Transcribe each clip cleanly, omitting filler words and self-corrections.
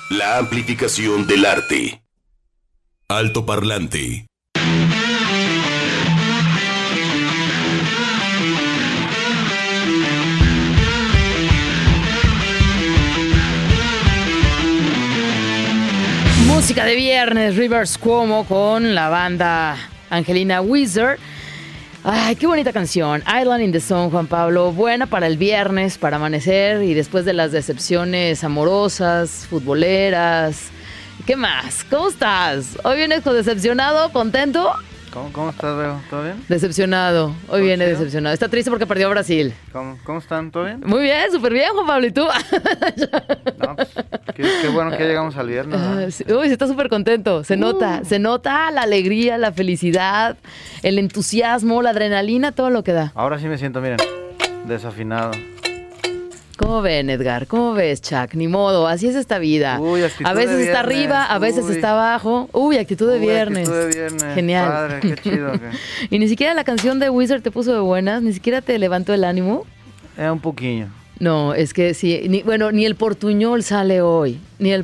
La amplificación del arte. Altoparlante. Música de viernes, Rivers Cuomo con la banda Angelina Wizard. Ay, qué bonita canción. Island in the Sun, Juan Pablo. Buena para el viernes, para amanecer y después de las decepciones amorosas, futboleras. ¿Qué más? ¿Cómo estás? ¿Hoy vienes decepcionado, contento? ¿Cómo estás, Bego? ¿Todo bien? Decepcionado. Hoy viene decepcionado. Está triste porque perdió a Brasil. ¿Cómo están? ¿Todo bien? Muy bien, súper bien, Juan Pablo. ¿Y tú? No, pues, qué bueno que ya llegamos al viernes, ¿no? Sí, uy, está súper contento. Se nota la alegría, la felicidad, el entusiasmo, la adrenalina, todo lo que da. Ahora sí me siento, miren, desafinado. ¿Cómo ven, Edgar? ¿Cómo ves, Chuck? Ni modo, así es esta vida. Uy, actitud a veces de está viernes. arriba, a veces está abajo. Uy, actitud de viernes. Actitud de viernes. Genial. Padre, qué chido. Y ni siquiera la canción de Wizard te puso de buenas, ni siquiera te levantó el ánimo. Un poquillo. No, es que sí, ni el portuñol sale hoy,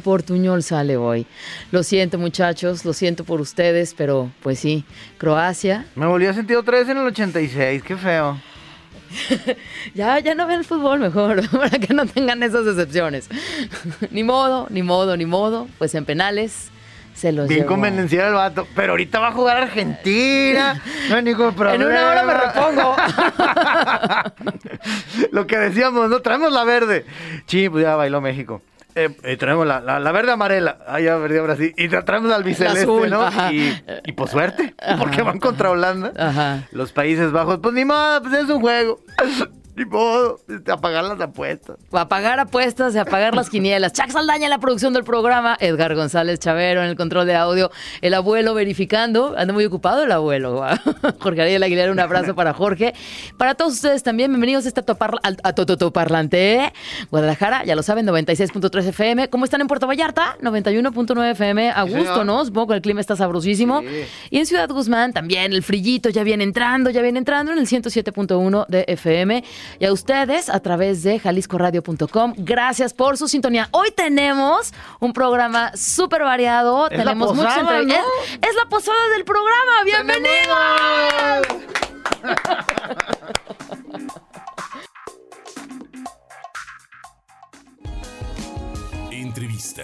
Lo siento, muchachos, lo siento por ustedes, pero pues sí, Croacia. Me volví a sentir otra vez en el 86, qué feo. Ya no vean el fútbol mejor, para que no tengan esas decepciones. Ni modo, pues en penales se los Bien llevó. convencido el vato, pero ahorita va a jugar Argentina, no hay ningún problema. En una hora me repongo. Lo que decíamos, ¿no? Traemos la verde. Sí, pues ya bailó México. Traemos la verde amarela. Ya perdió Brasil. Y traemos al biceleste, azul, ¿no? ajá. Y pues suerte, Ajá. porque van contra Holanda. Ajá. Los Países Bajos, pues ni modo, pues es un juego. Ni modo, apagar las apuestas. Apagar apuestas y apagar las quinielas. Chuck Saldaña en la producción del programa. Edgar González Chavero en el control de audio. El abuelo verificando. Anda muy ocupado el abuelo. Jorge Ariel Aguilar, un abrazo para Jorge. Para todos ustedes también, bienvenidos a esta Totoparlante. Guadalajara, ya lo saben, 96.3 FM. ¿Cómo están en Puerto Vallarta? 91.9 FM. A Sí, gusto, señor. ¿no? Supongo que el clima está sabrosísimo. Sí. Y en Ciudad Guzmán también el frillito ya viene entrando en el 107.1 de FM. Y a ustedes a través de jaliscoradio.com. Gracias por su sintonía. Hoy tenemos un programa súper variado. Es Tenemos la posada, muchas entrevistas. ¿no? Es la posada del programa. ¡Bienvenidos! Entrevista.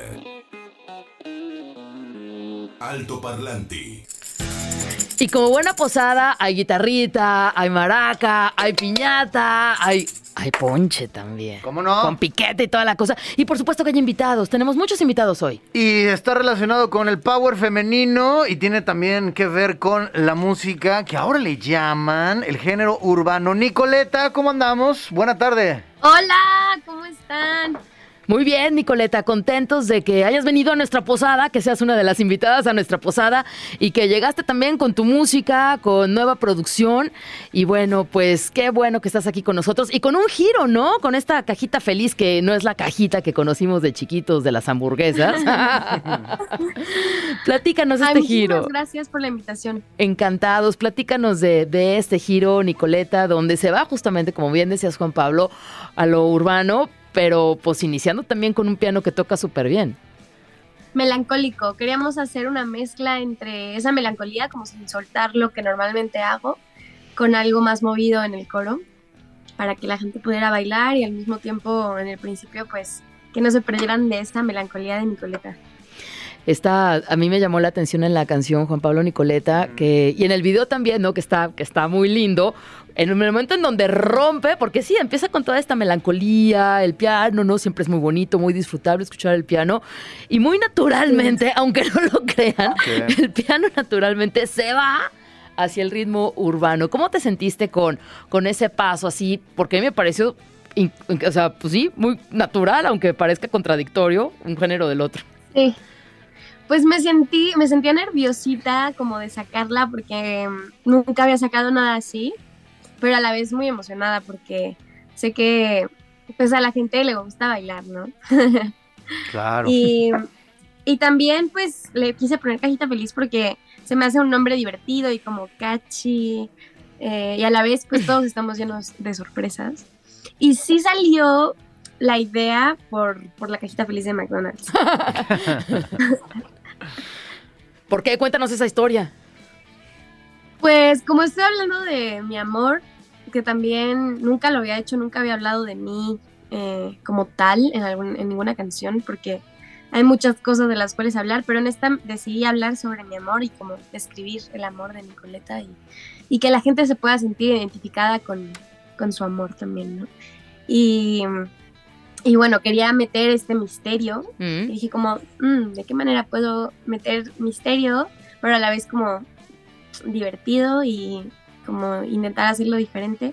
Altoparlante. Y como buena posada, hay guitarrita, hay maraca, hay piñata, hay ponche también. ¿Cómo no? Con piquete y toda la cosa. Y por supuesto que hay invitados. Tenemos muchos invitados hoy. Y está relacionado con el power femenino y tiene también que ver con la música que ahora le llaman el género urbano. Nicoleta, ¿cómo andamos? Buena tarde. Hola, ¿cómo están? Muy bien, Nicoleta, contentos de que hayas venido a nuestra posada, que seas una de las invitadas a nuestra posada y que llegaste también con tu música, con nueva producción. Y bueno, pues qué bueno que estás aquí con nosotros y con un giro, ¿no? Con esta cajita feliz que no es la cajita que conocimos de chiquitos de las hamburguesas. Platícanos este giro. Muchas gracias por la invitación. Encantados, platícanos de este giro, Nicoleta, donde se va justamente, como bien decías, Juan Pablo, a lo urbano, pero pues iniciando también con un piano que toca súper bien. Melancólico. Queríamos hacer una mezcla entre esa melancolía, como sin soltar lo que normalmente hago, con algo más movido en el coro, para que la gente pudiera bailar y al mismo tiempo, en el principio, pues, que no se perdieran de esta melancolía de Nicoleta. A mí me llamó la atención en la canción Juan Pablo Nicoleta, y en el video también, ¿no? Que está muy lindo. En el momento en donde rompe, porque sí, empieza con toda esta melancolía, el piano, ¿no? Siempre es muy bonito, muy disfrutable escuchar el piano. Y muy naturalmente, aunque no lo crean, el piano naturalmente se va hacia el ritmo urbano. ¿Cómo te sentiste con ese paso así? Porque a mí me pareció, o sea, pues sí, muy natural, aunque parezca contradictorio, un género del otro. Sí. Pues me sentía nerviosita como de sacarla porque nunca había sacado nada así, pero a la vez muy emocionada porque sé que pues a la gente le gusta bailar, ¿no? Claro. Y también pues le quise poner Cajita Feliz porque se me hace un nombre divertido y como catchy, y a la vez pues todos estamos llenos de sorpresas. Y sí salió la idea por la cajita feliz de McDonald's. ¿Por qué? Cuéntanos esa historia. Pues como estoy hablando de mi amor, que también nunca lo había hecho, nunca había hablado de mí como tal en ninguna canción, porque hay muchas cosas de las cuales hablar, pero en esta decidí hablar sobre mi amor y como describir el amor de Nicoleta y que la gente se pueda sentir identificada con su amor también, ¿no? Y bueno, quería meter este misterio. Y dije como, ¿de qué manera puedo meter misterio, pero a la vez como divertido y como intentar hacerlo diferente?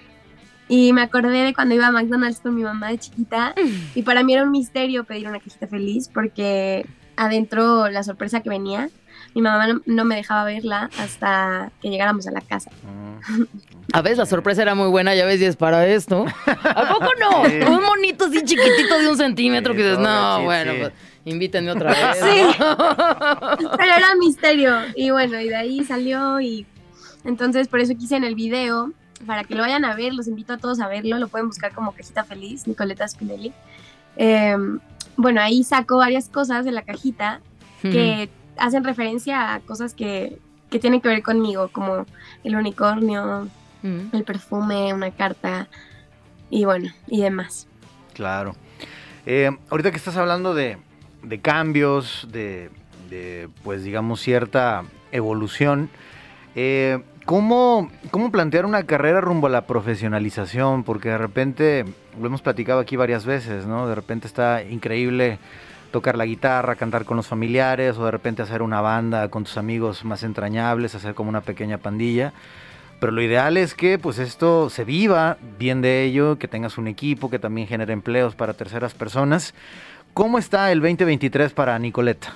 Y me acordé de cuando iba a McDonald's con mi mamá de chiquita y para mí era un misterio pedir una cajita feliz porque adentro la sorpresa que venía, mi mamá no me dejaba verla hasta que llegáramos a la casa. A veces la sorpresa era muy buena, ya ves, y es para esto. ¿A poco no? Sí. Un monito así chiquitito de 1 centímetro Sí, que dices, todo no, sí, bueno, sí. pues invítenme otra vez. Sí. ¿No? Pero era un misterio y bueno, y de ahí salió y entonces por eso quise en el video, para que lo vayan a ver, los invito a todos a verlo, lo pueden buscar como Cajita Feliz, Nicoleta Spinelli. Bueno, ahí saco varias cosas de la cajita que hacen referencia a cosas que tienen que ver conmigo, como el unicornio, el perfume, una carta y bueno, y demás. Claro. Ahorita que estás hablando de cambios, de pues digamos cierta evolución, ¿cómo plantear una carrera rumbo a la profesionalización? Porque de repente, lo hemos platicado aquí varias veces, ¿no? De repente está increíble tocar la guitarra, cantar con los familiares, o de repente hacer una banda con tus amigos más entrañables, hacer como una pequeña pandilla. Pero lo ideal es que pues esto se viva bien de ello, que tengas un equipo que también genere empleos para terceras personas. ¿Cómo está el 2023 para Nicoleta?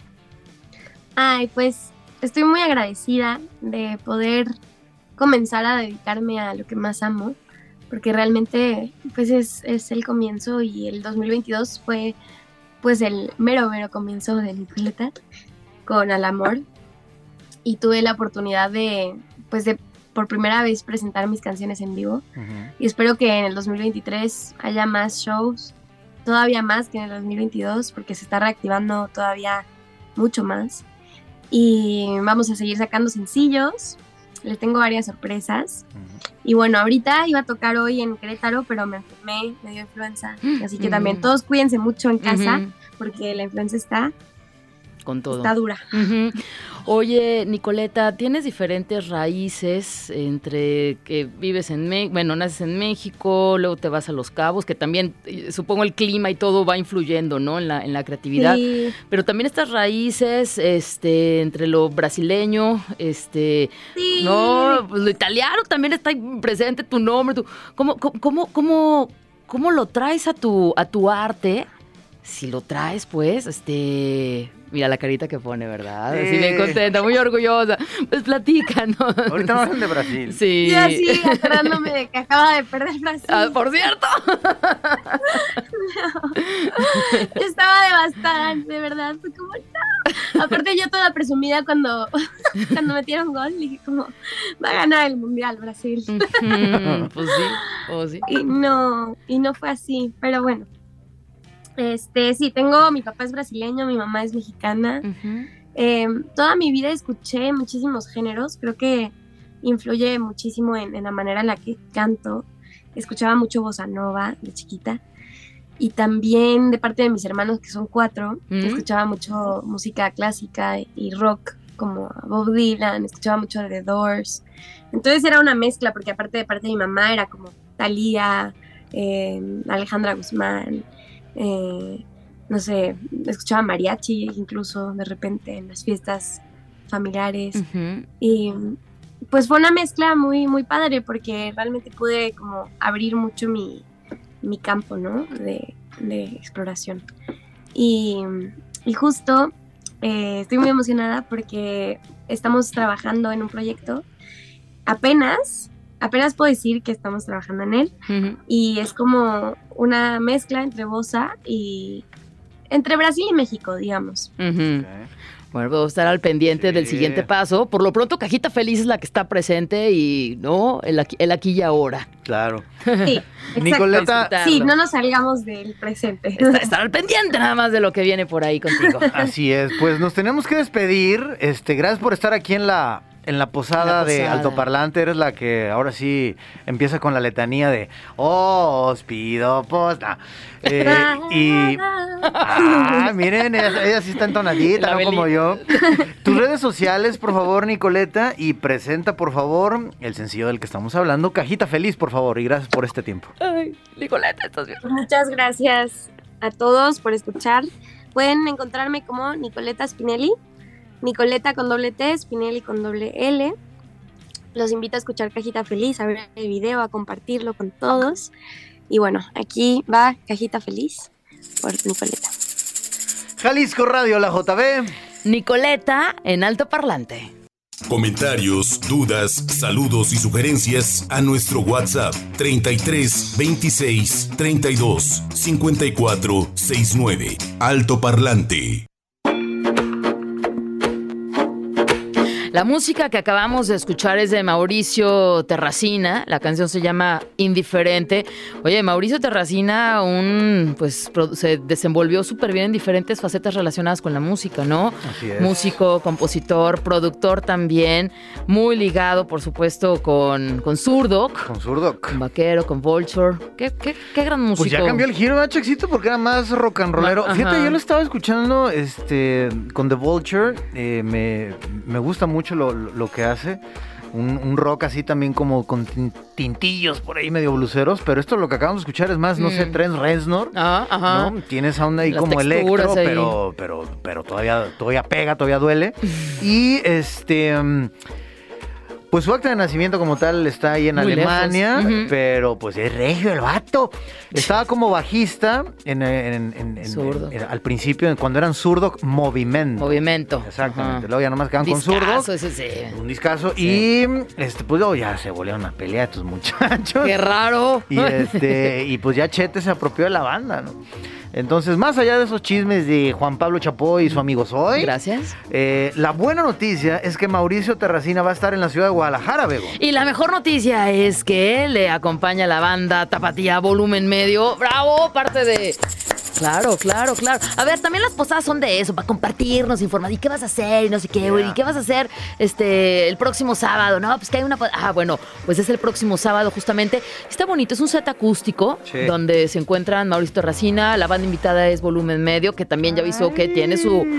Ay, pues estoy muy agradecida de poder comenzar a dedicarme a lo que más amo, porque realmente pues es el comienzo y el 2022 fue pues el mero comienzo de Nicoleta con Al Amor y tuve la oportunidad de por primera vez presentar mis canciones en vivo. Y espero que en el 2023 haya más shows, todavía más que en el 2022, porque se está reactivando todavía mucho más. Y vamos a seguir sacando sencillos, les tengo varias sorpresas. Y bueno, ahorita iba a tocar hoy en Querétaro, pero me enfermé, me dio influenza. Así que también todos cuídense mucho en casa, porque la influenza está con todo. Está dura. Oye, Nicoleta, tienes diferentes raíces entre que vives naces en México, luego te vas a Los Cabos, que también supongo el clima y todo va influyendo, ¿no? En la creatividad. Sí. Pero también estas raíces, entre lo brasileño, sí. no, pues lo italiano también está presente, tu nombre, ¿cómo lo traes a tu arte? Si lo traes, pues, mira la carita que pone, ¿verdad? Así bien contenta, muy orgullosa. Pues platícanos. Ahorita vamos de Brasil. Sí. Yo así, acordándome de que acaba de perder Brasil. Ah, ¿por cierto? No. Estaba devastada, de verdad. Fue como, no. Aparte yo toda presumida cuando metieron gol, dije como, va a ganar el Mundial Brasil. Pues sí, sí. Y no fue así, pero bueno. Sí, mi papá es brasileño, mi mamá es mexicana. Toda mi vida escuché muchísimos géneros, creo que influye muchísimo en la manera en la que canto. Escuchaba mucho bossa nova de chiquita y también de parte de mis hermanos, que son 4, escuchaba mucho música clásica y rock, como Bob Dylan, escuchaba mucho de The Doors. Entonces era una mezcla, porque aparte de parte de mi mamá era como Thalía, Alejandra Guzmán, no sé, escuchaba mariachi incluso de repente en las fiestas familiares. Y pues fue una mezcla muy, muy padre, porque realmente pude como abrir mucho mi campo, ¿no? de exploración. Y justo estoy muy emocionada porque estamos trabajando en un proyecto. Apenas puedo decir que estamos trabajando en él, y es como una mezcla entre bossa y entre Brasil y México, digamos. Okay. Bueno, vamos a estar al pendiente Sí. del siguiente paso. Por lo pronto, Cajita Feliz es la que está presente y no el aquí y ahora. Claro. Sí, exacto. Nicoleta, Sí, no nos salgamos del presente. Estar al pendiente nada más de lo que viene por ahí contigo. así es, pues nos tenemos que despedir. Gracias por estar aquí en la posada de Altoparlante. Eres la que ahora sí empieza con la letanía de os pido posta. Miren, ella sí está entonadita, no como yo. Tus redes sociales, por favor, Nicoleta, y presenta, por favor, el sencillo del que estamos hablando, Cajita Feliz, por favor, y gracias por este tiempo. Ay, Nicoleta, estás bien. Muchas gracias a todos por escuchar. Pueden encontrarme como Nicoleta Spinelli. Nicoleta con doble T, Spinelli con doble L. Los invito a escuchar Cajita Feliz, a ver el video, a compartirlo con todos. Y bueno, aquí va Cajita Feliz por Nicoleta. Jalisco Radio, la JB. Nicoleta en Altoparlante. Comentarios, dudas, saludos y sugerencias a nuestro WhatsApp 33 26 32 54 69. Altoparlante. La música que acabamos de escuchar es de Mauricio Terracina. La canción se llama Indiferente. Oye, Mauricio Terracina se desenvolvió súper bien en diferentes facetas relacionadas con la música, ¿no? Así es. Músico, compositor, productor también. Muy ligado, por supuesto, con Zurdok. Con Zurdok. Con Vaquero, con Vulture. Qué gran músico. Pues ya cambió el giro, ¿verdad, Chexito? Porque era más rock and rollero. Ajá. Fíjate, yo lo estaba escuchando con The Vulture. Me gusta mucho lo que hace. Un rock así también como con tintillos por ahí medio bluseros. Pero esto lo que acabamos de escuchar es más, no sé, Trent Reznor. Ajá. ¿No? Tiene sound ahí Las como texturas electro, ahí. pero todavía pega, todavía duele. Y pues su acta de nacimiento como tal está ahí en Muy Alemania, lejos. Ujú. pero pues es regio el vato. Estaba como bajista Zurdo. al principio, cuando eran Zurdok Movimento. Exactamente. Ajá. Luego ya nomás quedaban con Zurdok. Ese sí. Un discazo. Sí. Y pues luego ya se volvieron una pelea estos muchachos. Qué raro. Y pues ya Chete se apropió de la banda, ¿no? Entonces, más allá de esos chismes de Juan Pablo Chapoy y su amigo Soy, Gracias. la buena noticia es que Mauricio Terracina va a estar en la ciudad de Guadalajara, Bego. Y la mejor noticia es que le acompaña la banda Tapatía Volumen Medio. ¡Bravo! Parte de... Claro. A ver, también las posadas son de eso, para compartirnos, informar. ¿Y qué vas a hacer? Y no sé qué, güey. ¿Y qué vas a hacer el próximo sábado? No, pues que hay una... bueno, pues es el próximo sábado justamente. Está bonito, es un set acústico donde se encuentran Mauricio Terracina, la banda invitada es Volumen Medio, que también ya avisó que tiene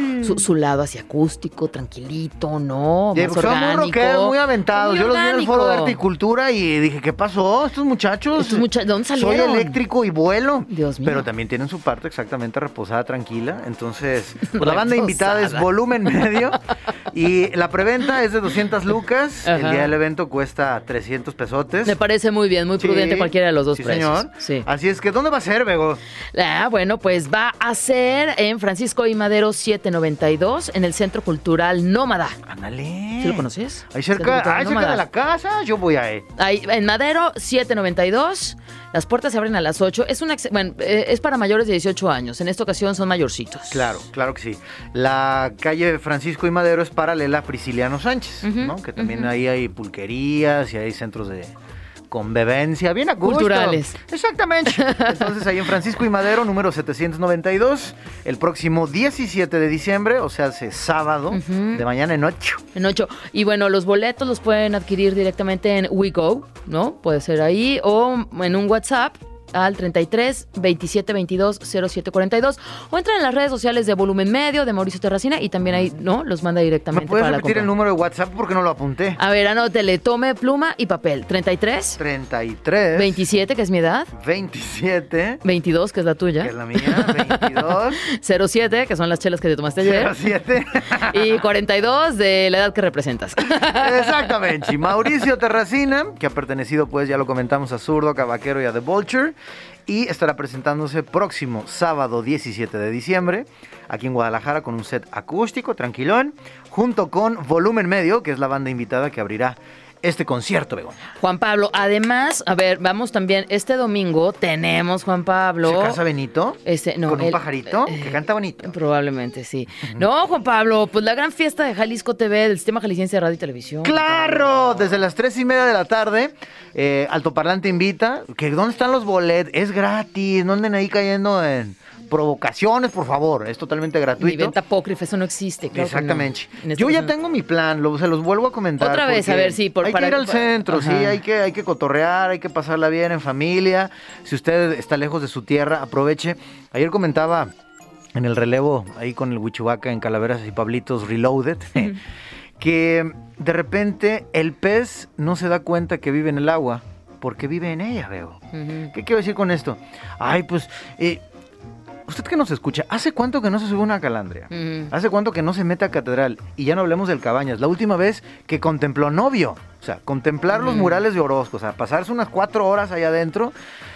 su lado así acústico, tranquilito, ¿no? Y Más pues son muy orgánico. rockeros, muy aventados. Muy Yo los vi en el Foro de orgánico. Arte y Cultura y dije, ¿qué pasó? Estos muchachos. ¿De dónde salieron? Soy eléctrico y vuelo. Dios mío. Pero también tienen su parte exactamente reposada, tranquila. Entonces, pues la banda invitada es Volumen Medio. Y la preventa es de 200 lucas. Ajá. El día del evento cuesta 300 pesotes. Me parece muy bien, muy prudente cualquiera de los dos precios. Señor. Sí. Así es que, ¿dónde va a ser, Bego? Bueno, pues va a ser en Francisco I. Madero 792, en el Centro Cultural Nómada. Ándale. ¿Sí lo conoces? Ahí Centro cerca, Cultural cerca Nómada. de la casa, yo voy a ir. Ahí, en Madero 792, las puertas se abren a las 8. Es para mayores de 18 años. En esta ocasión son mayorcitos. Claro que sí. La calle Francisco y Madero es paralela a Prisciliano Sánchez, Ujú, ¿no? Que también ahí hay pulquerías y hay centros de convivencia bien a gusto. Culturales. Exactamente. Entonces ahí en Francisco y Madero, número 792, el próximo 17 de diciembre, o sea, hace sábado, de mañana en 8. En 8. Y bueno, los boletos los pueden adquirir directamente en WeGo, ¿no? Puede ser ahí o en un WhatsApp al 33 27 22 07 42 o entran en las redes sociales de Volumen Medio de Mauricio Terracina y también ahí, ¿no? Los manda directamente ¿Me puedes para la repetir compra. el número de WhatsApp porque no lo apunté? A ver, anótele, tome pluma y papel. 33 33 27, que es mi edad. 27, 22, que es la que tuya. es la mía, 22, 07, que son las chelas que te tomaste ayer. 07. Y 42 de la edad que representas. Exactamente. Y Mauricio Terracina, que ha pertenecido, pues ya lo comentamos, a Zurdok, a Vaquero y a The Vulture, y estará presentándose próximo sábado 17 de diciembre aquí en Guadalajara con un set acústico, tranquilón, junto con Volumen Medio, que es la banda invitada que abrirá este concierto, Begoña? Juan Pablo, además, a ver, vamos también, este domingo tenemos, Juan Pablo. ¿Se casa Benito? No, ¿Con un pajarito? Que canta bonito. Probablemente, sí. No, Juan Pablo, pues la gran fiesta de Jalisco TV, del Sistema Jalisciense de Radio y Televisión. ¡Claro! Desde las 3:30 de la tarde, Altoparlante invita. ¿Dónde están los boletos? Es gratis, no anden ahí cayendo en provocaciones, por favor. Es totalmente gratuito. Ni venta apócrifa, eso no existe. Claro. Exactamente. No. Yo ya tengo mi plan, se los vuelvo a comentar. Otra vez, a ver, sí. Hay que ir al centro, sí, hay que cotorrear, hay que pasarla bien en familia. Si usted está lejos de su tierra, aproveche. Ayer comentaba en el relevo, ahí con el Huichubaca en Calaveras y Pablitos Reloaded, que de repente el pez no se da cuenta que vive en el agua, porque vive en ella, veo. ¿Qué quiero decir con esto? Ay, pues... usted que nos escucha, ¿hace cuánto que no se sube una calandria? ¿Hace cuánto que no se mete a catedral? Y ya no hablemos del Cabañas. La última vez que contempló novio. O sea, contemplar los murales de Orozco. O sea, pasarse unas 4 horas allá adentro.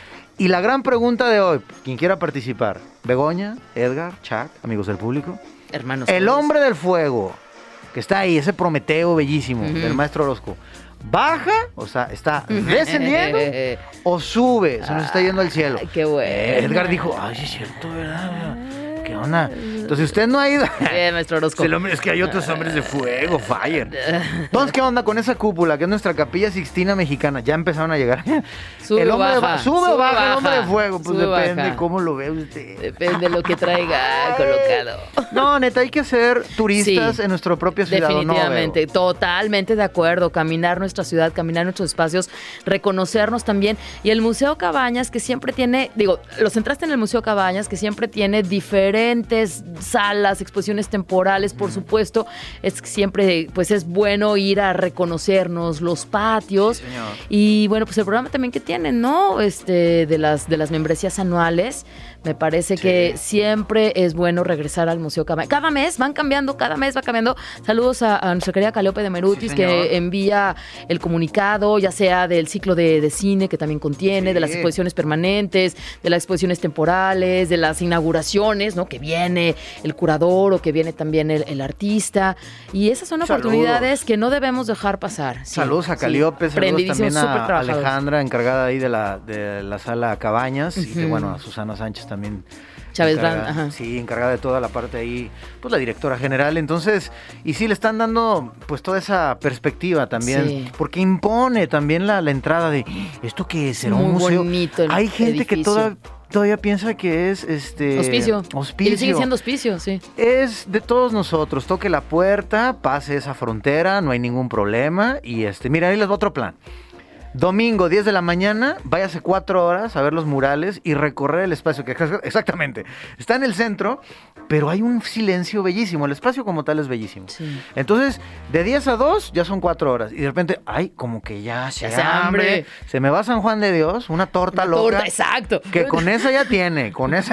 Y la gran pregunta de hoy, quien quiera participar. Begoña, Edgar, Chuck, amigos del público. Hermanos. El hombre del fuego, que está ahí, ese Prometeo bellísimo del maestro Orozco. ¿Baja? O sea, ¿está descendiendo o sube? Se nos está yendo al cielo. Qué bueno. Edgar dijo, ay, sí es cierto, ¿verdad? ¿Qué onda? Entonces usted no ha ido. Maestro Orozco. Es que hay otros hombres de fuego, fire. Entonces, ¿qué onda con esa cúpula que es nuestra Capilla Sixtina mexicana? Ya empezaron a llegar. Sube el hombre baja, sube o baja el hombre de fuego. Pues sube, depende baja. cómo lo ve usted. Depende de lo que traiga colocado. No, neta, hay que ser turistas en nuestra propia ciudad. Definitivamente, ¿no, totalmente de acuerdo. Caminar nuestra ciudad, caminar nuestros espacios, reconocernos también. Y el Museo Cabañas, que siempre tiene, los entraste en el Museo Cabañas, que siempre tiene diferentes salas, exposiciones temporales, por supuesto. Es que siempre, pues es bueno ir a reconocernos los patios. Sí, señor. Y bueno, pues el programa también que tienen, ¿no? De las membresías anuales. Me parece que siempre es bueno regresar al Museo Cabañas. Cada mes van cambiando, cada mes va cambiando. Saludos a nuestra querida Caliope de Merutis, que envía el comunicado, ya sea del ciclo de cine que también contiene, de las exposiciones permanentes, de las exposiciones temporales, de las inauguraciones, ¿no? Que viene el curador o que viene también el artista. Y esas son oportunidades que no debemos dejar pasar. Sí, saludos a Caliope, saludos también a trabajadores. Alejandra, encargada ahí de la sala Cabañas, y que bueno, a Susana Sánchez también. Chávez Brand, sí, encargada de toda la parte ahí, pues la directora general. Entonces, y sí, le están dando pues toda esa perspectiva también, porque impone también la entrada de, ¿esto qué es? ¿Será un museo? Bonito el Hay gente edificio. que todavía piensa que es hospicio. Y sigue siendo hospicio, sí. Es de todos nosotros. Toque la puerta, pase esa frontera, no hay ningún problema. Y mira, ahí les va otro plan. Domingo, 10 de la mañana, váyase 4 horas a ver los murales y recorrer el espacio, que exactamente está en el centro, pero hay un silencio bellísimo. El espacio como tal es bellísimo. Sí. Entonces, de 10 a 2 ya son 4 horas. Y de repente, ay, como que ya se hambre. Se me va San Juan de Dios, una torta loca. Exacto. Que con esa ya tiene.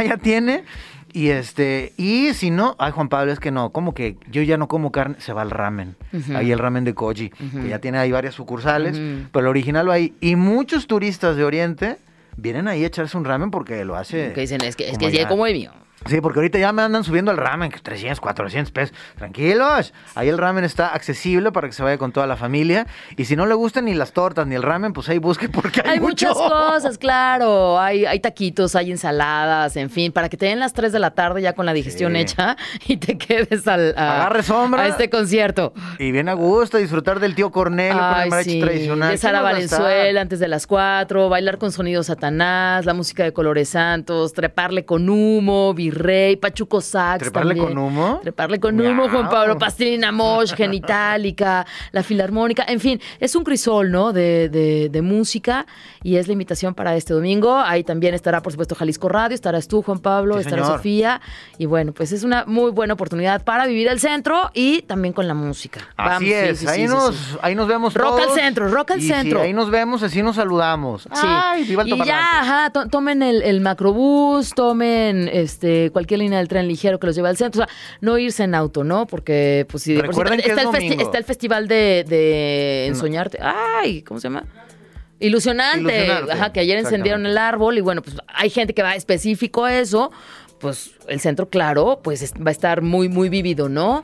Y si no, ay, Juan Pablo, es que no, como que yo ya no como carne, se va al ramen. Ahí el ramen de Koji, que ya tiene ahí varias sucursales, pero el original va ahí. Y muchos turistas de Oriente vienen ahí a echarse un ramen porque lo hace. Que dicen, es que ya como el mío. Sí, porque ahorita ya me andan subiendo el ramen, 300, 400 pesos. Tranquilos, ahí el ramen está accesible para que se vaya con toda la familia. Y si no le gustan ni las tortas ni el ramen, pues ahí busque porque hay mucho. Muchas cosas, claro. Hay taquitos, hay ensaladas, en fin, para que te den las 3 de la tarde ya con la digestión hecha y te quedes agarre sombra a este concierto. Y bien a gusto, disfrutar del tío Cornelio con el mariachi tradicional. De Sara Valenzuela antes de las 4, bailar con sonido Satanás, la música de Colores Santos, treparle con humo, Rey, Pachuco Sax. ¿Treparle también. con humo? Treparle con humo, Juan Pablo, Pastelina Mosh, Genitalica, la Filarmónica, en fin, es un crisol, ¿no? De música y es la invitación para este domingo. Ahí también estará, por supuesto, Jalisco Radio, estarás tú, Juan Pablo, estará Sofía y bueno, pues es una muy buena oportunidad para vivir el centro y también con la música. Así es, ahí nos vemos rock todos. Rock al centro. Ahí nos vemos, así nos saludamos. Sí. Ay, viva el y ya, tomen el macrobús, tomen cualquier línea del tren ligero que los lleve al centro, o sea, no irse en auto, ¿no? Porque pues si recuerden que está el festival de Ensoñarte. Ay, ¿cómo se llama? Ilusionante. Ajá, que ayer encendieron el árbol y bueno, pues hay gente que va específico a eso, pues el centro, claro, pues va a estar muy, muy vívido, ¿no?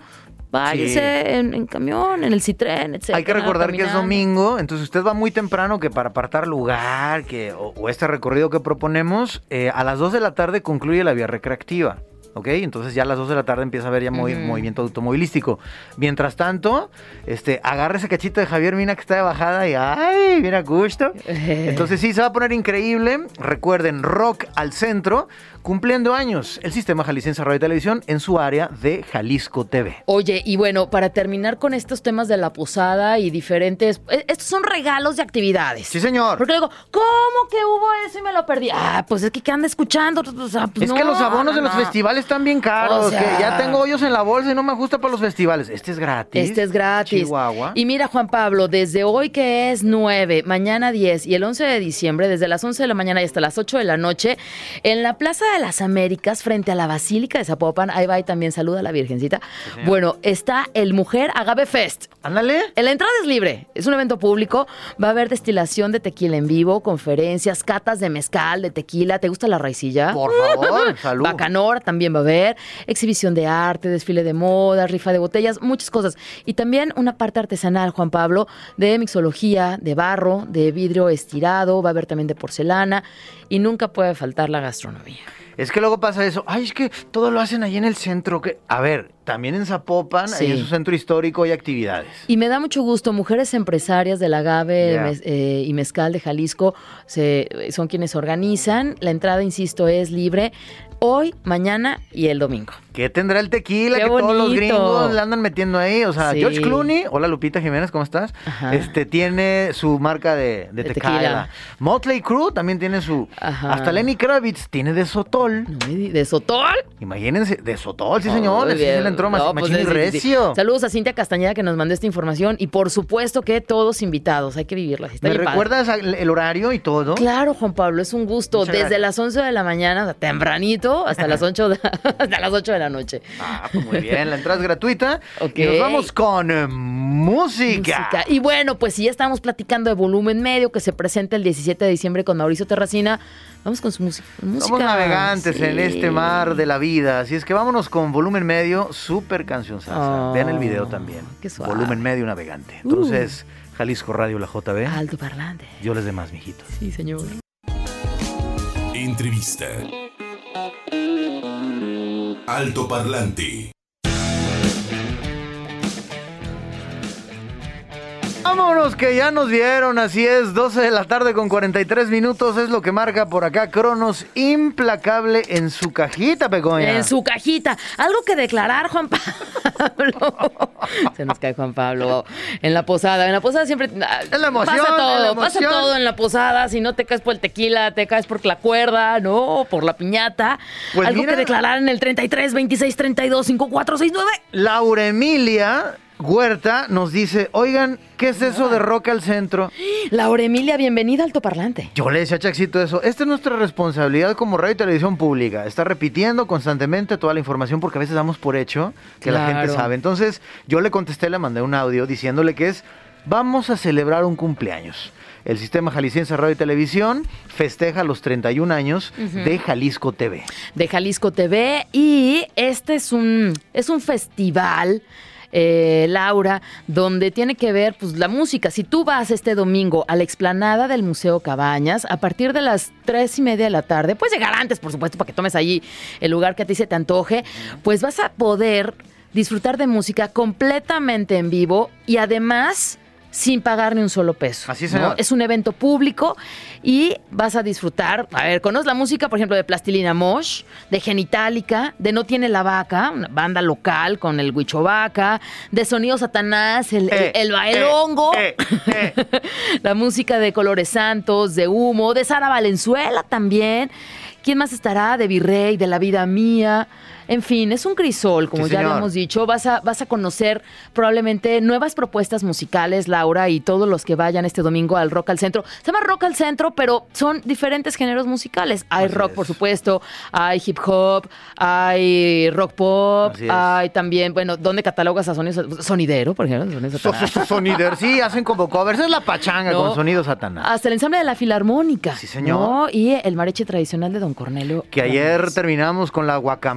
váyase en camión, en el Citrén, etc. Hay que recordar que es domingo, entonces usted va muy temprano que para apartar lugar o este recorrido que proponemos, a las 2 de la tarde concluye la vía recreativa. ¿Ok? Entonces ya a las 2 de la tarde empieza a haber ya movimiento automovilístico. Mientras tanto, agarra ese cachito de Javier Mina que está de bajada y ¡ay! Viene a gusto. Entonces sí, se va a poner increíble. Recuerden, Rock al Centro, cumpliendo años el Sistema Jalisciense Radio y Televisión en su área de Jalisco TV. Oye, y bueno, para terminar con estos temas de la posada y diferentes... Estos son regalos de actividades. Sí, señor. Porque luego, ¿cómo que hubo eso y me lo perdí? Pues es que ¿qué anda escuchando? O sea, pues es que los abonos de los festivales están bien caros. O sea, que ya tengo hoyos en la bolsa y no me ajusta para los festivales. Este es gratis. Este es gratis. Chihuahua. Y mira, Juan Pablo, desde hoy que es 9, mañana 10 y el 11 de diciembre, desde las 11 de la mañana y hasta las 8 de la noche, en la Plaza de las Américas, frente a la Basílica de Zapopan, ahí va y también saluda a la Virgencita. Sí, bueno, está el Mujer Agave Fest. Ándale. La entrada es libre, es un evento público, va a haber destilación de tequila en vivo, conferencias, catas de mezcal, de tequila. ¿Te gusta la raicilla? Por favor, salud. Bacanora también va a haber, exhibición de arte, desfile de moda, rifa de botellas, muchas cosas. Y también una parte artesanal, Juan Pablo, de mixología, de barro, de vidrio estirado, va a haber también de porcelana y nunca puede faltar la gastronomía. Es que luego pasa eso, es que todo lo hacen ahí en el centro. A ver, también en Zapopan, sí, ahí en su centro histórico hay actividades. Y me da mucho gusto, mujeres empresarias del agave y mezcal de Jalisco son quienes organizan. La entrada, insisto, es libre hoy, mañana y el domingo. ¿Qué tendrá el tequila? Qué que bonito. Todos los gringos le andan metiendo ahí. O sea, Sí. George Clooney, hola Lupita Jiménez, ¿cómo estás? Ajá. Tiene su marca de tequila. Motley Crue también tiene su... Ajá. Hasta Lenny Kravitz tiene de Sotol. ¿De Sotol? Imagínense, de Sotol, sí señor. Sí se le entró machín y recio. Sí. Saludos a Cintia Castañeda que nos mandó esta información y por supuesto que todos invitados, hay que vivirla. Está ¿Me bien recuerdas el horario y todo? Claro, Juan Pablo, es un gusto. Muchas Desde gracias. las 11 de la mañana, o sea, tempranito, hasta las 8 hasta las 8 de la noche. Pues muy bien, la entrada es gratuita. Ok. Y nos vamos con música. Y bueno, pues si ya estamos platicando de Volumen Medio, que se presenta el 17 de diciembre con Mauricio Terracina, vamos con su música. Somos navegantes Sí. en este mar de la vida, así es que vámonos con Volumen Medio, súper cancionzaza. Vean el video también. Qué suave. Volumen Medio navegante. Entonces, Jalisco Radio, la JB. Alto parlante. Yo les demás, mijitos. Sí, señor. Entrevista. Alto Parlante. Vámonos que ya nos vieron, así es, 12 de la tarde con 43 minutos, es lo que marca por acá Cronos, implacable en su cajita, Pecoña. En su cajita. Algo que declarar, Juan Pablo. Se nos cae Juan Pablo. En la posada siempre... Es la emoción, Pasa todo en la posada. Si no te caes por el tequila, te caes por la cuerda, ¿no? Por la piñata. Pues Algo mira, que declarar en el 33 26 32 54 69. Laura Emilia Huerta nos dice, oigan, ¿qué es eso de Rock al Centro? Laura Emilia, bienvenida al Altoparlante. Yo le decía a Chaxito eso. Esta es nuestra responsabilidad como radio y televisión pública. Está repitiendo constantemente toda la información porque a veces damos por hecho que la gente sabe. Entonces, yo le contesté, le mandé un audio diciéndole que vamos a celebrar un cumpleaños. El Sistema Jalisciense Radio y Televisión festeja los 31 años de Jalisco TV. De Jalisco TV. Y este es un festival... Laura, donde tiene que ver pues la música. Si tú vas este domingo a la explanada del Museo Cabañas, a partir de las 3:30 de la tarde, puedes llegar antes, por supuesto, para que tomes allí el lugar que a ti se te antoje, pues vas a poder disfrutar de música completamente en vivo y además sin pagar ni un solo peso. Así es, ¿no? Es un evento público y vas a disfrutar. A ver, conoces la música, por ejemplo, de Plastilina Mosh, de Genitalica, de No Tiene la Vaca, una banda local con el Huichovaca, de Sonido Satanás, el Bailongo, la música de Colores Santos, de Humo, de Sara Valenzuela también. ¿Quién más estará? De Virrey, de La Vida Mía. En fin, es un crisol, como sí, ya señor. habíamos dicho. Vas a conocer probablemente nuevas propuestas musicales, Laura, y todos los que vayan este domingo al Rock al Centro. Se llama Rock al Centro, pero son diferentes géneros musicales. Hay Así rock, es. por supuesto, hay hip hop, hay rock pop, Así es. hay también, bueno, ¿dónde catalogas a Sonido? Sonidero, por ejemplo. Sonido Satanás. Sonider, sí, hacen como covers. Es la pachanga No. con Sonido Satanás. Hasta el ensamble de la Filarmónica. Sí, señor. ¿no? Y el mariachi tradicional de Don Cornelio. Que ayer Ramírez. terminamos con la guacamaya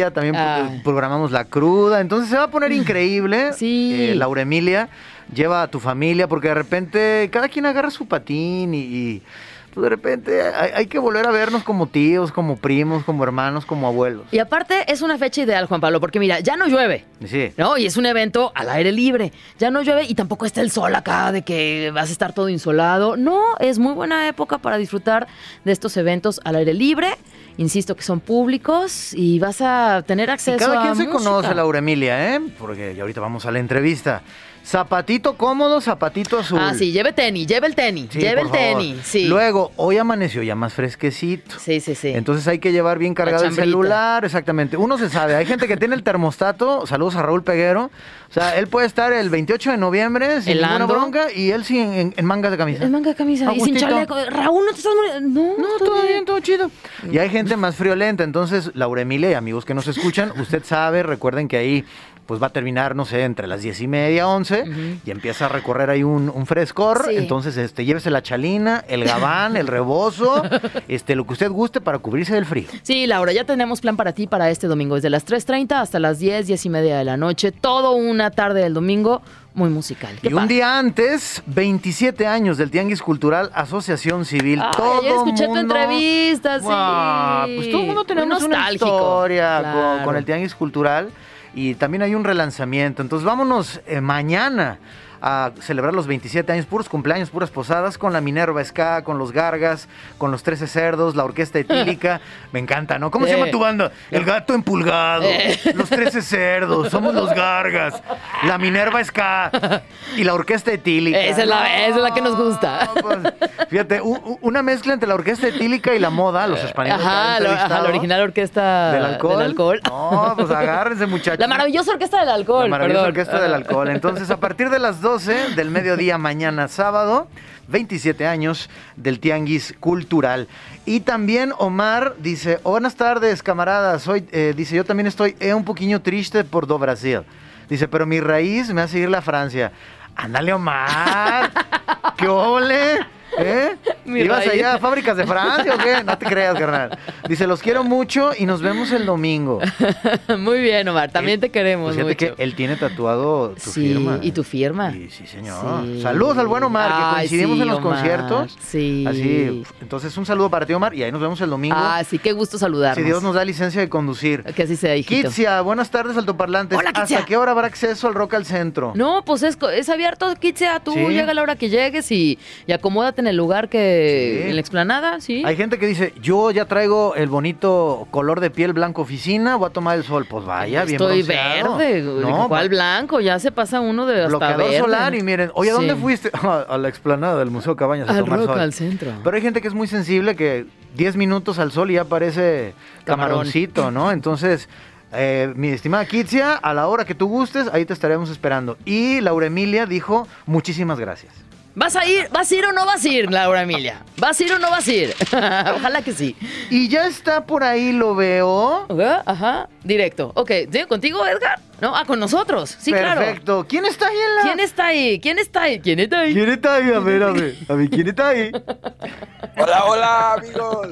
ella, también programamos la cruda, entonces se va a poner increíble. Sí. Laura Emilia, lleva a tu familia, porque de repente cada quien agarra su patín y pues de repente hay que volver a vernos como tíos, como primos, como hermanos, como abuelos. Y aparte es una fecha ideal, Juan Pablo, porque mira, ya no llueve. Sí. ¿No? Y es un evento al aire libre. Ya no llueve y tampoco está el sol acá de que vas a estar todo insolado. No, es muy buena época para disfrutar de estos eventos al aire libre. Insisto que son públicos y vas a tener acceso a Cada quien se música. conoce, Laura Emilia, ¿eh? Porque ya ahorita vamos a la entrevista. Zapatito cómodo, zapatito azul. Ah, sí, lleve tenis, lleve el tenis, Sí, lleve por el favor. tenis. Sí. Luego, hoy amaneció ya más fresquecito. Sí, sí, sí. Entonces hay que llevar bien cargado el chambrita. celular, exactamente. Uno se sabe, hay gente que tiene el termostato, saludos a Raúl Peguero. O sea, él puede estar el 28 de noviembre sin ninguna Helando. bronca y él sí en mangas de camisa. Es manga de camisa. Y sin Agustito. chaleco. Raúl, no te estás muriendo. No, No, todo bien, todo chido. Y hay gente más friolenta, entonces, Laura Emilia y amigos que nos escuchan, usted sabe, recuerden que ahí pues va a terminar, no sé, entre las 10:30, 11, y empieza a recorrer ahí un frescor, Sí. entonces llévese la chalina, el gabán, el rebozo, lo que usted guste para cubrirse del frío. Sí, Laura, ya tenemos plan para ti para este domingo. Desde las 3:30 hasta las 10:30 de la noche. Todo una tarde del domingo muy musical. Qué Y un padre. día antes, 27 años del Tianguis Cultural Asociación Civil. Ay, todo ayer escuché tu mundo... entrevista, sí. Guau, pues todo el mundo tenemos Muy una nostálgico. historia Claro. con el Tianguis Cultural y también hay un relanzamiento. Entonces vámonos mañana a celebrar los 27 años, puros cumpleaños, puras posadas, con la Minerva Ska, con los Gargas, con los 13 Cerdos, la Orquesta Etílica. Me encanta, ¿no? ¿Cómo se llama tu banda? El Gato Empulgado, los 13 Cerdos, somos los Gargas, la Minerva Ska y la Orquesta Etílica. Esa es la que nos gusta. No, pues, fíjate, una mezcla entre la Orquesta Etílica y la moda, los españoles. Ajá, la original orquesta ¿Del alcohol? No, pues agárrense, muchachos. La maravillosa orquesta del alcohol. La maravillosa perdón. orquesta del alcohol. Entonces, a partir de las 12 del mediodía mañana sábado, 27 años del Tianguis Cultural. Y también Omar dice, buenas tardes, camaradas. Hoy, dice, yo también estoy un poquillo triste por do Brasil. Dice, pero mi raíz me hace ir a Francia. Ándale, Omar. ¿Qué ole? ¿Eh? Mi ¿Ibas raíz. allá a Fábricas de Francia o qué? No te creas, carnal. Dice, los quiero mucho y nos vemos el domingo. Muy bien, Omar. También te queremos Pues fíjate mucho. que él tiene tatuado tu Sí, firma. y tu firma. Sí, señor. Sí. Saludos al buen Omar, que Ay, coincidimos sí, en los Omar. conciertos. Sí. Así, entonces un saludo para ti, Omar, y ahí nos vemos el domingo. Ah, sí, qué gusto saludarnos. si Dios nos da licencia de conducir. Que así sea, hijito. Kitsia, buenas tardes, altoparlantes. Hola, Kitsia. ¿Hasta qué hora habrá acceso al Rock al Centro? No, pues es abierto, Kitsia. Tú Sí. llega a la hora que llegues y acomódate en el lugar que... Sí. En la explanada, sí. Hay gente que dice, yo ya traigo el bonito color de piel blanco oficina, voy a tomar el sol. Pues vaya, bien Estoy bronceado. verde. No, ¿Cuál blanco? Ya se pasa uno de hasta bloqueador verde. solar y miren, oye, ¿a dónde Sí. fuiste? A la explanada del Museo Cabañas a Al tomar Rock sol. al Centro. Pero hay gente que es muy sensible, que 10 minutos al sol y ya parece Camarón. camaroncito, ¿no? Entonces, mi estimada Kitsia, a la hora que tú gustes, ahí te estaremos esperando. Y Laura Emilia dijo, muchísimas gracias. ¿Vas a ir o no vas a ir, Laura Emilia? ¿Vas a ir o no vas a ir? Ojalá que sí. Y ya está por ahí, lo veo. Ajá, directo. Ok, ¿sí? ¿Contigo, Edgar? No, con nosotros. Sí, claro. Perfecto. ¿Quién está ahí en la...? ¿Quién está ahí? ¿Quién está ahí? ¿Quién está ahí? ¿Quién está ahí? A ver, ¿quién está ahí? Hola, hola, amigos.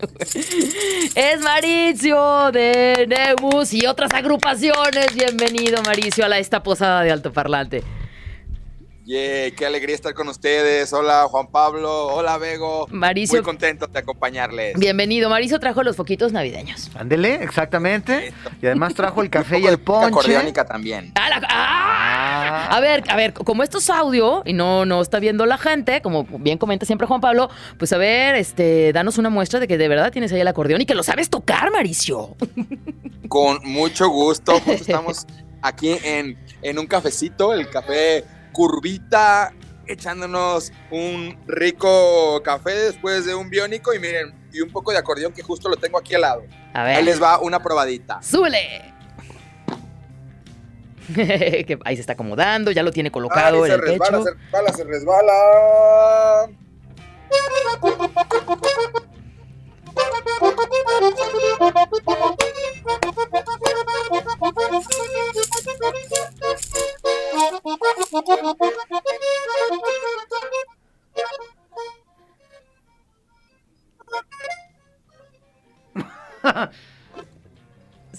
Es Maricio de Nemus y otras agrupaciones. Bienvenido, Maricio, a esta posada de altoparlante. Qué alegría estar con ustedes. Hola, Juan Pablo. Hola, Bego. Maricio. Muy contento de acompañarles. Bienvenido. Maricio trajo los foquitos navideños. Ándele, exactamente. Y además trajo el café y Un el poco de música ponche. acordeónica también. A ver, como esto es audio y no está viendo la gente, como bien comenta siempre Juan Pablo, pues a ver, danos una muestra de que de verdad tienes ahí el acordeón y que lo sabes tocar, Maricio. Con mucho gusto. Justo estamos aquí en un cafecito, el café Curvita, echándonos un rico café después de un biónico y miren, y un poco de acordeón que justo lo tengo aquí al lado. A ver. Ahí les va una probadita. ¡Súbele! Que ahí se está acomodando, ya lo tiene colocado Ay, en el pecho. se resbala.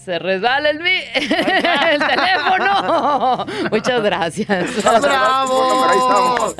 Se resbala el teléfono. Muchas gracias. ¡Bravo! Pero ahí estamos.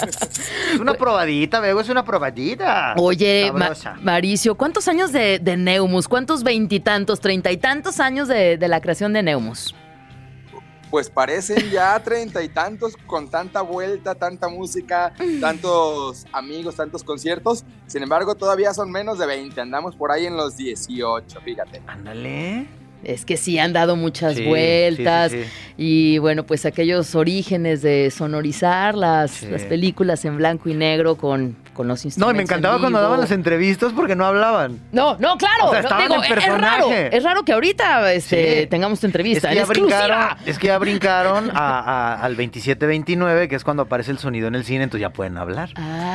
Es una probadita, Bego, es una probadita. Oye, Sabrosa. Maricio, ¿cuántos años de Neumus? ¿Cuántos veintitantos, treinta y tantos años de la creación de Neumus? Pues parecen ya 30 y tantos, con tanta vuelta, tanta música, tantos amigos, tantos conciertos. Sin embargo, todavía son menos de 20. Andamos por ahí en los 18, fíjate. Ándale. Es que sí, han dado muchas Sí, vueltas. sí, sí. Y bueno, pues aquellos orígenes de sonorizar las Sí. películas en blanco y negro con los instrumentos. No, y me encantaba en cuando vivo. daban las entrevistas porque no hablaban. No, claro. O sea, no, estaban digo, en personaje. es raro que ahorita Sí. tengamos tu entrevista. en ya exclusiva. brincaron al 27-29, que es cuando aparece el sonido en el cine, entonces ya pueden hablar.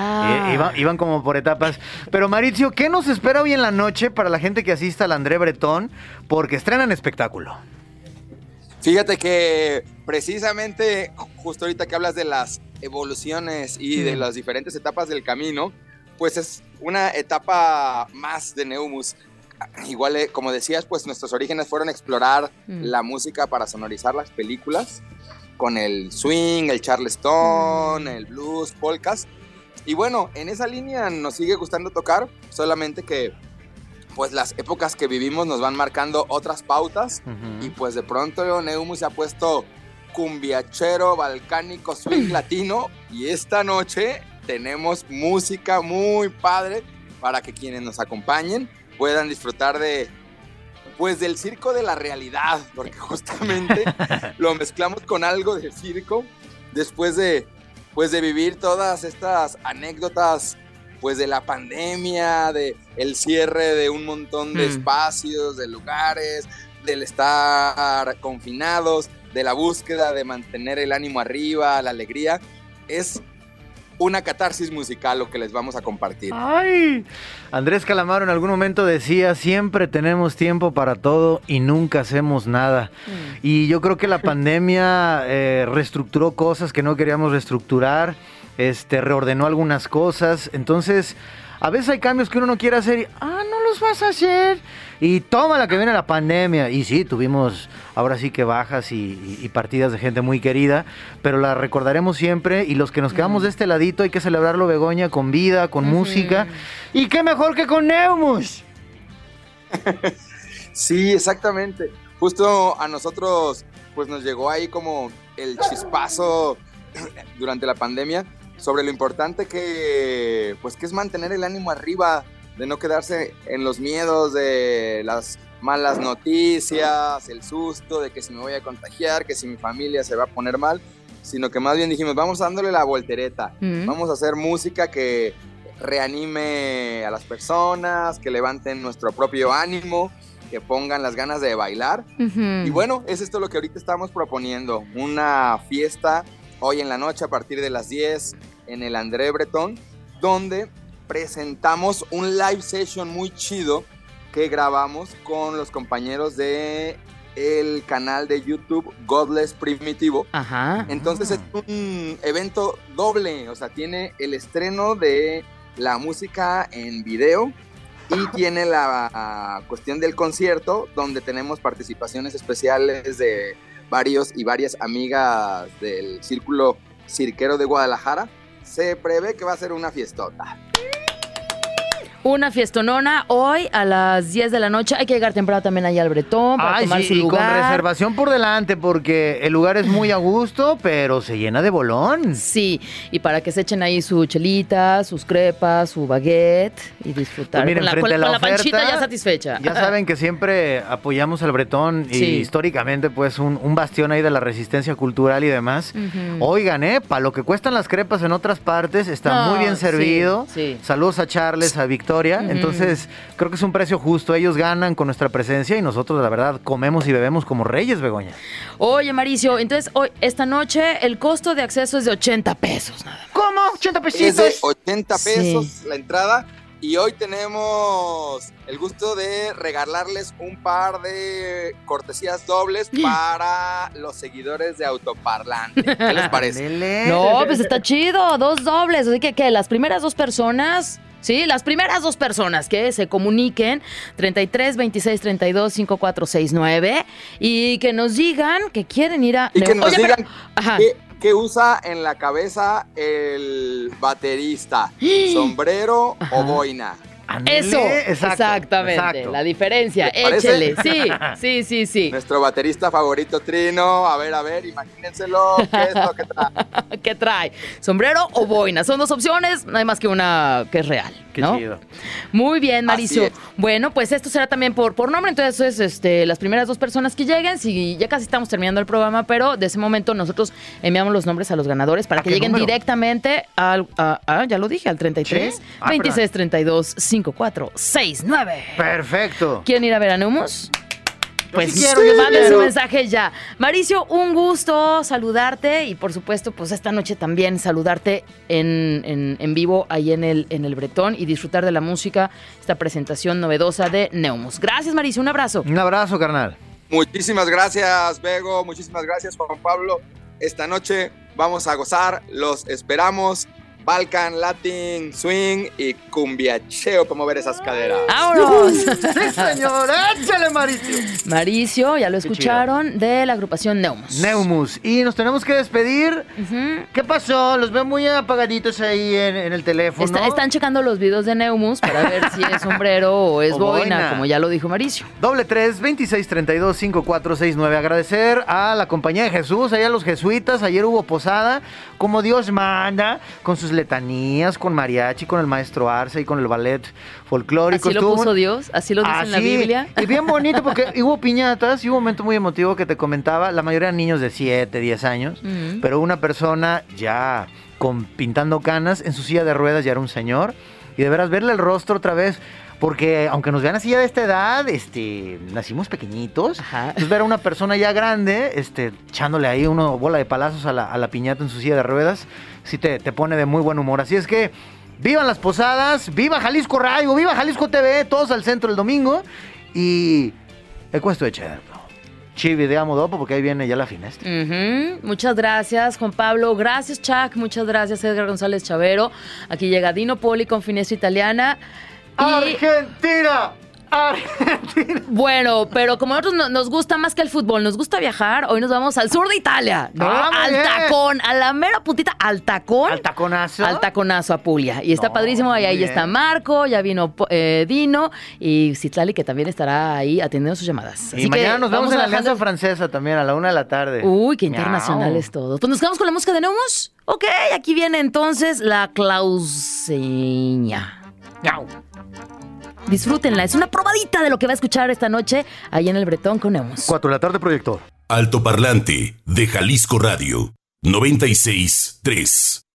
Iban como por etapas. Pero Mauricio, ¿qué nos espera hoy en la noche para la gente que asista al André Bretón? Porque estrenan espectáculo. Fíjate que precisamente justo ahorita que hablas de las evoluciones y de las diferentes etapas del camino, pues es una etapa más de Neumus. Igual, como decías, pues nuestros orígenes fueron explorar la música para sonorizar las películas con el swing, el charleston, el blues, polkas. Y bueno, en esa línea nos sigue gustando tocar, solamente que pues las épocas que vivimos nos van marcando otras pautas. Y pues de pronto Neumus se ha puesto cumbiachero, balcánico, swing latino, y esta noche tenemos música muy padre para que quienes nos acompañen puedan disfrutar pues del circo de la realidad, porque justamente lo mezclamos con algo de circo después de vivir todas estas anécdotas pues de la pandemia, de el cierre de un montón de espacios, de lugares, del estar confinados, de la búsqueda de mantener el ánimo arriba, la alegría. Es una catarsis musical lo que les vamos a compartir. ¡Ay! Andrés Calamaro en algún momento decía, siempre tenemos tiempo para todo y nunca hacemos nada. Y yo creo que la pandemia reestructuró cosas que no queríamos reestructurar, reordenó algunas cosas. Entonces, a veces hay cambios que uno no quiere hacer y, no los vas a hacer. Y toma la que viene la pandemia. Y sí, tuvimos ahora sí que bajas y partidas de gente muy querida, pero la recordaremos siempre. Y los que nos quedamos de este ladito hay que celebrarlo, Begoña, con vida, con música. Y qué mejor que con Neumus. Sí, exactamente. Justo a nosotros pues nos llegó ahí como el chispazo durante la pandemia sobre lo importante que es mantener el ánimo arriba, de no quedarse en los miedos de las malas noticias, el susto de que si me voy a contagiar, que si mi familia se va a poner mal, sino que más bien dijimos, vamos dándole la voltereta, vamos a hacer música que reanime a las personas, que levanten nuestro propio ánimo, que pongan las ganas de bailar. Y bueno, es esto lo que ahorita estamos proponiendo, una fiesta hoy en la noche a partir de las 10 en el André Bretón, donde presentamos un live session muy chido que grabamos con los compañeros de el canal de YouTube Godless Primitivo. Entonces es un evento doble, o sea, tiene el estreno de la música en video y tiene la cuestión del concierto, donde tenemos participaciones especiales de varios y varias amigas del Círculo Cirquero de Guadalajara. Se prevé que va a ser una fiestota. Una fiestonona hoy a las 10 de la noche. Hay que llegar temprano también allá al Bretón para tomar su lugar. Y con reservación por delante, porque el lugar es muy a gusto, pero se llena de bolón. Sí, y para que se echen ahí su chelita, sus crepas, su baguette y disfrutar. Pues miren, con la oferta, panchita ya satisfecha. Ya saben que siempre apoyamos al Bretón y históricamente pues un bastión ahí de la resistencia cultural y demás. Oigan, para lo que cuestan las crepas en otras partes, está muy bien servido. Saludos a Charles, a Victoria. Entonces, creo que es un precio justo. Ellos ganan con nuestra presencia y nosotros, la verdad, comemos y bebemos como reyes, Begoña. Oye, Maricio, entonces, esta noche el costo de acceso es de 80 pesos. Nada más. ¿Cómo? ¿80 pesitos? Es de 80 pesos la entrada. Y hoy tenemos el gusto de regalarles un par de cortesías dobles para los seguidores de Autoparlante. ¿Qué les parece? No, pues está chido, 2 dobles. Así que, ¿qué? Las primeras 2 personas ¿sí? Las primeras 2 personas que se comuniquen, 33 26 32 5469, y que nos digan que quieren ir a... Y que nos digan Ajá. qué usa en la cabeza el baterista, sombrero o boina. Eso, exactamente, la diferencia, échele, sí. Nuestro baterista favorito, Trino, a ver, imagínenselo, ¿qué es lo que trae? ¿Qué trae? ¿Sombrero o boina? Son 2 opciones, no hay más que una que es real, ¿no? Qué chido. Muy bien, Mauricio. Así es. Bueno, pues esto será también por nombre, entonces las primeras 2 personas que lleguen, si ya casi estamos terminando el programa, pero de ese momento nosotros enviamos los nombres a los ganadores para que lleguen directamente al, ya lo dije, al 33 ¿Sí? 26 32 5469. Perfecto. ¿Quieren ir a ver a Neumus? Pues sí quiero, yo sí manden su quiero. mensaje ya. Mauricio, un gusto saludarte y por supuesto, pues esta noche también saludarte en vivo ahí en el Bretón y disfrutar de la música, esta presentación novedosa de Neumus. Gracias, Mauricio, un abrazo. Un abrazo, carnal. Muchísimas gracias, Bego, muchísimas gracias, Juan Pablo. Esta noche vamos a gozar, los esperamos. Balkan, Latin, Swing y cumbiacheo para mover esas caderas. ¡Vámonos! Sí, señor, échale, Mauricio. Mauricio, ya lo Qué escucharon, de la agrupación Neumus. Neumus. Y nos tenemos que despedir. Ujú. ¿Qué pasó? Los veo muy apagaditos ahí en el teléfono. Están checando los videos de Neumus para ver si es sombrero o es O boina, boina. como ya lo dijo Mauricio. Doble 3 26 32 5469. Agradecer a la Compañía de Jesús, allá a los jesuitas. Ayer hubo posada, como Dios manda, con sus letanías, con mariachi, con el maestro Arce y con el ballet folclórico. Así lo Estuvo puso Dios, así lo dice en la así, Biblia. Y bien bonito porque hubo piñatas y hubo un momento muy emotivo que te comentaba. La mayoría eran niños de 7, 10 años, Ujú. pero una persona ya pintando canas en su silla de ruedas ya era un señor. Y de veras verle el rostro otra vez, porque aunque nos vean así ya de esta edad, nacimos pequeñitos. Ajá. Entonces ver a una persona ya grande, echándole ahí una bola de palazos a la piñata en su silla de ruedas, sí te pone de muy buen humor. Así es que vivan las posadas, viva Jalisco Radio, viva Jalisco TV, todos al centro el domingo. Y el cuesto de cheddar, chivi de amo dopo, porque ahí viene ya la finestra. Ujú. Muchas gracias, Juan Pablo. Gracias, Chuck. Muchas gracias, Edgar González Chavero. Aquí llega Dino Poli con Finestra Italiana. Y ¡Argentina! ¡Argentina! bueno, pero como a nosotros nos gusta más que el fútbol, nos gusta viajar, hoy nos vamos al sur de Italia, ¿no? Ah, muy Al bien. tacón, a la mera puntita, al tacón. ¿Al taconazo? Al taconazo a Puglia. Y está No, padrísimo. Ahí muy bien. está Marco, ya vino Dino y Citlali, que también estará ahí atendiendo sus llamadas. Y mañana nos vemos en la Alianza Francesa. Francesa también, a la 1 de la tarde. Uy, qué internacional es todo. Pues nos quedamos con la música de Neumus. Ok, aquí viene entonces la clauseña. Miau. Disfrútenla, es una probadita de lo que va a escuchar esta noche ahí en el Bretón con Neumus. 4 de la tarde, proyector. Altoparlante de Jalisco Radio 96.3.